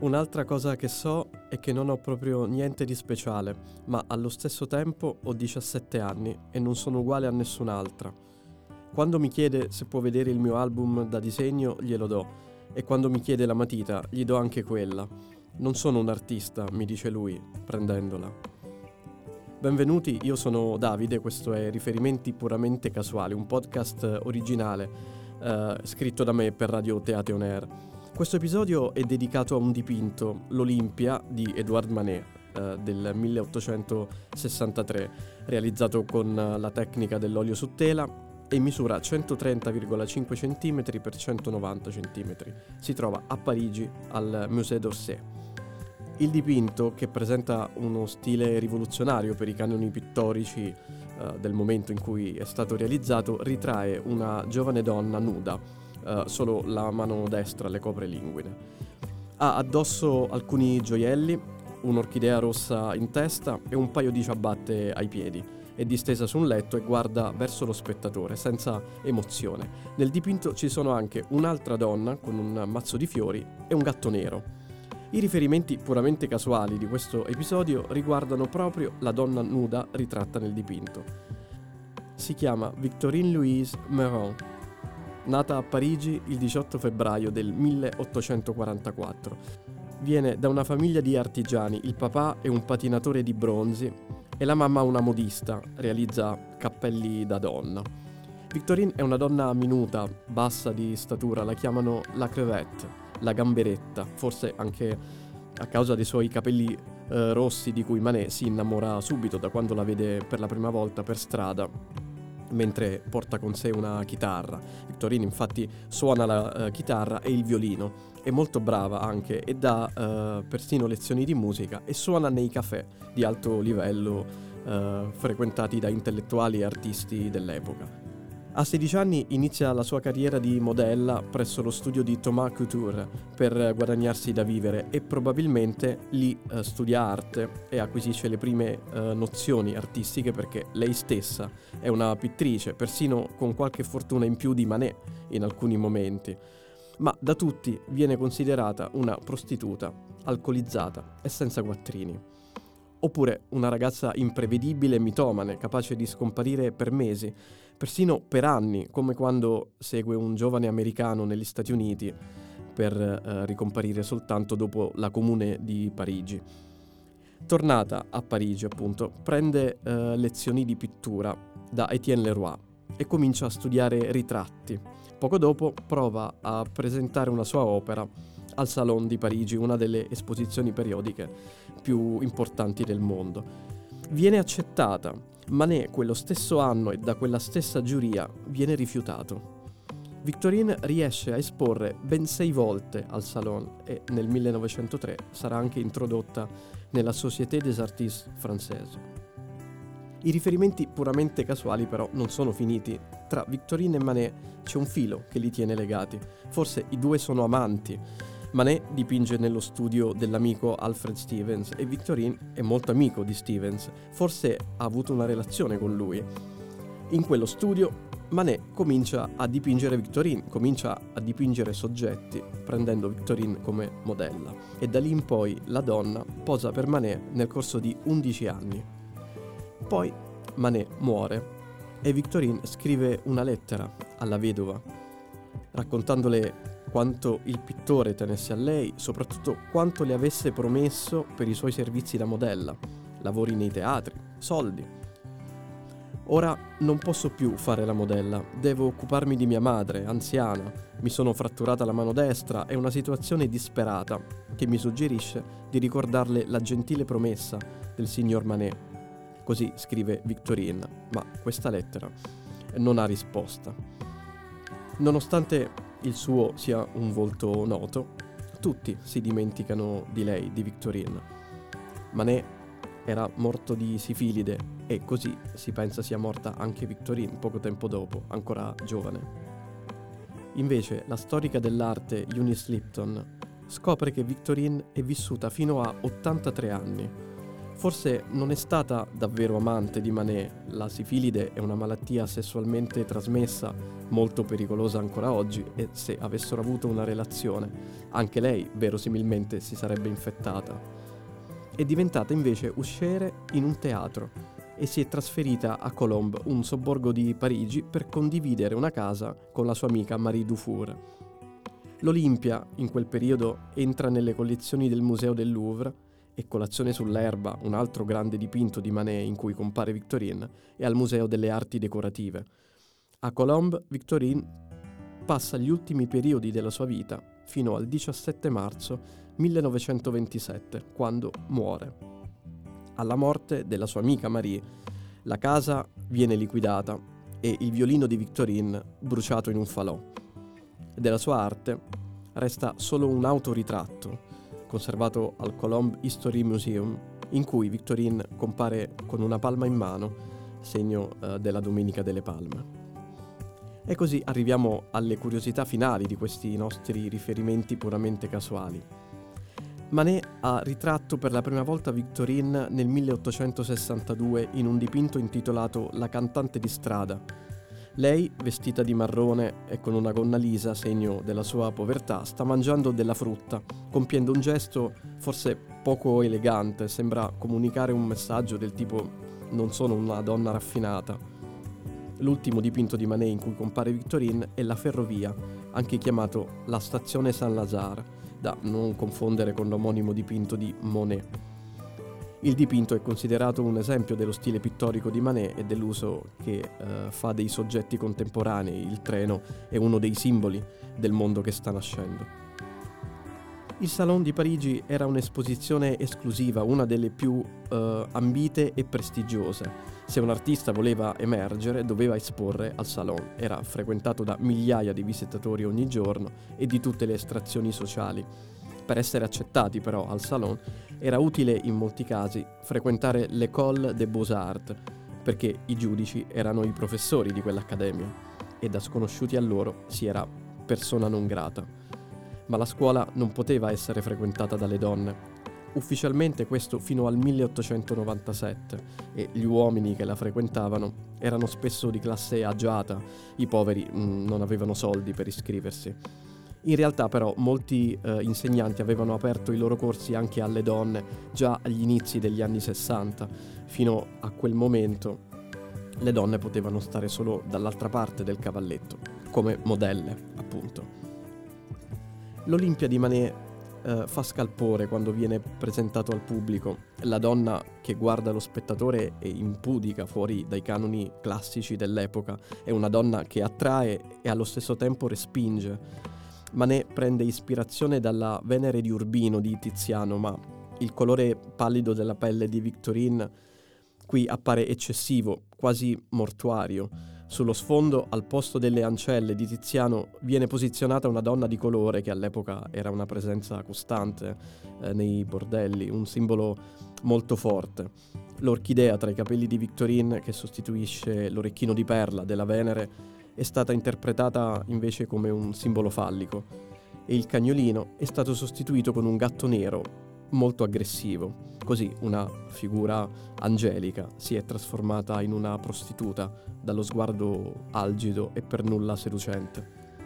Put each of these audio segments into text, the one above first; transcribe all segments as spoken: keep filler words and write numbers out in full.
Un'altra cosa che so è che non ho proprio niente di speciale, ma allo stesso tempo ho diciassette anni e non sono uguale a nessun'altra. Quando mi chiede se può vedere il mio album da disegno, glielo do, e quando mi chiede la matita, gli do anche quella. Non sono un artista, mi dice lui, prendendola. Benvenuti, io sono Davide, questo è Riferimenti Puramente Casuali, un podcast originale eh, scritto da me per Radio Teatro On Air. Questo episodio è dedicato a un dipinto, l'Olimpia di Edouard Manet, eh, del milleottocentosessantatré, realizzato con la tecnica dell'olio su tela e misura centotrenta virgola cinque centimetri per centonovanta centimetri. Si trova a Parigi al Musée d'Orsay. Il dipinto, che presenta uno stile rivoluzionario per i canoni pittorici eh, del momento in cui è stato realizzato, ritrae una giovane donna nuda. Uh, solo la mano destra le copre linguine. Ha addosso alcuni gioielli, un'orchidea rossa in testa e un paio di ciabatte ai piedi. È distesa su un letto e guarda verso lo spettatore senza emozione. Nel dipinto ci sono anche un'altra donna con un mazzo di fiori e un gatto nero. I riferimenti puramente casuali di questo episodio riguardano proprio la donna nuda ritratta nel dipinto. Si chiama Victorine Louise Meurent. Nata a Parigi il diciotto febbraio del milleottocentoquarantaquattro. Viene da una famiglia di artigiani, il papà è un patinatore di bronzi e la mamma una modista, realizza cappelli da donna. Victorine è una donna minuta, bassa di statura, la chiamano la crevette, la gamberetta, forse anche a causa dei suoi capelli eh, rossi di cui Manet si innamora subito da quando la vede per la prima volta per strada, mentre porta con sé una chitarra. Victorine infatti suona la uh, chitarra e il violino, è molto brava anche e dà uh, persino lezioni di musica e suona nei caffè di alto livello uh, frequentati da intellettuali e artisti dell'epoca. A sedici anni inizia la sua carriera di modella presso lo studio di Thomas Couture per guadagnarsi da vivere e probabilmente lì eh, studia arte e acquisisce le prime eh, nozioni artistiche perché lei stessa è una pittrice, persino con qualche fortuna in più di Manet in alcuni momenti. Ma da tutti viene considerata una prostituta, alcolizzata e senza quattrini. Oppure una ragazza imprevedibile e mitomane, capace di scomparire per mesi, persino per anni, come quando segue un giovane americano negli Stati Uniti per eh, ricomparire soltanto dopo la Comune di Parigi. Tornata a Parigi, appunto, prende eh, lezioni di pittura da Étienne Leroy e comincia a studiare ritratti. Poco dopo prova a presentare una sua opera al Salon di Parigi, una delle esposizioni periodiche più importanti del mondo. Viene accettata. Manet quello stesso anno e da quella stessa giuria viene rifiutato. Victorine riesce a esporre ben sei volte al Salon e nel millenovecentotre sarà anche introdotta nella Société des Artistes Française. I riferimenti puramente casuali però non sono finiti. Tra Victorine e Manet c'è un filo che li tiene legati. Forse i due sono amanti. Manet dipinge nello studio dell'amico Alfred Stevens e Victorine è molto amico di Stevens, forse ha avuto una relazione con lui. In quello studio Manet comincia a dipingere Victorine, comincia a dipingere soggetti prendendo Victorine come modella e da lì in poi la donna posa per Manet nel corso di undici anni. Poi Manet muore e Victorine scrive una lettera alla vedova raccontandole quanto il pittore tenesse a lei, soprattutto quanto le avesse promesso per i suoi servizi da modella, lavori nei teatri, soldi. Ora non posso più fare la modella, devo occuparmi di mia madre, anziana, mi sono fratturata la mano destra, è una situazione disperata che mi suggerisce di ricordarle la gentile promessa del signor Manet. Così scrive Victorine, ma questa lettera non ha risposta. Nonostante il suo sia un volto noto, tutti si dimenticano di lei, di Victorine. Manet era morto di sifilide e così si pensa sia morta anche Victorine poco tempo dopo, ancora giovane. Invece la storica dell'arte Eunice Lipton scopre che Victorine è vissuta fino a ottantatré anni. Forse non è stata davvero amante di Manet. La sifilide è una malattia sessualmente trasmessa, molto pericolosa ancora oggi, e se avessero avuto una relazione, anche lei verosimilmente si sarebbe infettata. È diventata invece usciere in un teatro e si è trasferita a Colombes, un sobborgo di Parigi, per condividere una casa con la sua amica Marie Dufour. L'Olimpia, in quel periodo, entra nelle collezioni del Museo del Louvre e Colazione sull'erba, un altro grande dipinto di Manet in cui compare Victorine, è al Museo delle Arti Decorative. A Colombes, Victorine passa gli ultimi periodi della sua vita fino al diciassette marzo millenovecentoventisette, quando muore. Alla morte della sua amica Marie, la casa viene liquidata e il violino di Victorine bruciato in un falò. Della sua arte resta solo un autoritratto conservato al Colombes History Museum, in cui Victorine compare con una palma in mano, segno eh, della Domenica delle Palme. E così arriviamo alle curiosità finali di questi nostri riferimenti puramente casuali. Manet ha ritratto per la prima volta Victorine nel milleottocentosessantadue in un dipinto intitolato La cantante di strada. Lei, vestita di marrone e con una gonna lisa, segno della sua povertà, sta mangiando della frutta, compiendo un gesto forse poco elegante, sembra comunicare un messaggio del tipo «non sono una donna raffinata». L'ultimo dipinto di Manet in cui compare Victorine è La ferrovia, anche chiamato La stazione Saint-Lazare, da non confondere con l'omonimo dipinto di Monet. Il dipinto è considerato un esempio dello stile pittorico di Manet e dell'uso che eh, fa dei soggetti contemporanei. Il treno è uno dei simboli del mondo che sta nascendo. Il Salon di Parigi era un'esposizione esclusiva, una delle più eh, ambite e prestigiose. Se un artista voleva emergere, doveva esporre al Salon. Era frequentato da migliaia di visitatori ogni giorno e di tutte le estrazioni sociali. Per essere accettati però al Salon era utile in molti casi frequentare l'École des Beaux-Arts, perché i giudici erano i professori di quell'accademia e da sconosciuti a loro si era persona non grata. Ma la scuola non poteva essere frequentata dalle donne. Ufficialmente questo fino al milleottocentonovantasette, e gli uomini che la frequentavano erano spesso di classe agiata, i poveri mh, non avevano soldi per iscriversi. In realtà però molti eh, insegnanti avevano aperto i loro corsi anche alle donne già agli inizi degli anni sessanta. Fino a quel momento le donne potevano stare solo dall'altra parte del cavalletto, come modelle, appunto. L'Olimpia di Manet eh, fa scalpore quando viene presentato al pubblico. La donna che guarda lo spettatore è impudica fuori dai canoni classici dell'epoca, è una donna che attrae e allo stesso tempo respinge. Manet prende ispirazione dalla Venere di Urbino di Tiziano, ma il colore pallido della pelle di Victorine qui appare eccessivo, quasi mortuario. Sullo sfondo, al posto delle ancelle di Tiziano, viene posizionata una donna di colore che all'epoca era una presenza costante eh, nei bordelli, un simbolo molto forte. L'orchidea tra i capelli di Victorine, che sostituisce l'orecchino di perla della Venere, è stata interpretata invece come un simbolo fallico e il cagnolino è stato sostituito con un gatto nero molto aggressivo. Così una figura angelica si è trasformata in una prostituta dallo sguardo algido e per nulla seducente.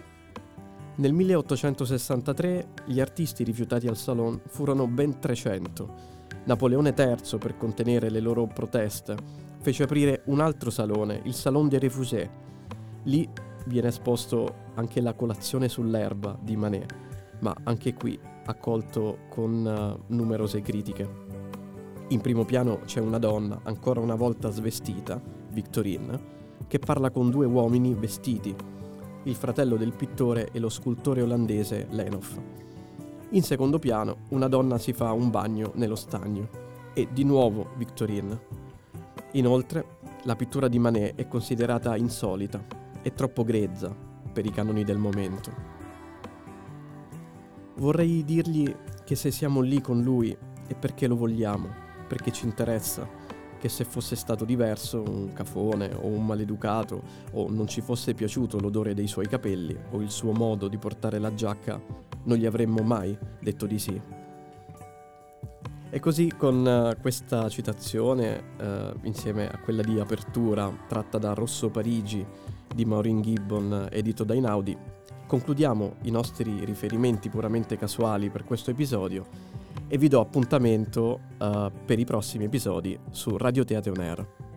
Nel milleottocentosessantatré gli artisti rifiutati al Salon furono ben trecento. Napoleone terzo, per contenere le loro proteste, fece aprire un altro salone, il Salon des Réfugiés. Lì viene esposto anche la Colazione sull'erba di Manet, ma anche qui accolto con uh, numerose critiche. In primo piano c'è una donna, ancora una volta svestita, Victorine, che parla con due uomini vestiti, il fratello del pittore e lo scultore olandese Lenoff. In secondo piano una donna si fa un bagno nello stagno e di nuovo Victorine. Inoltre la pittura di Manet è considerata insolita e troppo grezza per i canoni del momento. Vorrei dirgli che se siamo lì con lui è perché lo vogliamo, perché ci interessa, che se fosse stato diverso, un cafone o un maleducato, o non ci fosse piaciuto l'odore dei suoi capelli o il suo modo di portare la giacca, non gli avremmo mai detto di sì. E così con uh, questa citazione, uh, insieme a quella di apertura tratta da Rosso Parigi di Maureen Gibbon, edito da Einaudi, concludiamo i nostri riferimenti puramente casuali per questo episodio e vi do appuntamento uh, per i prossimi episodi su Radio Teatro On Air.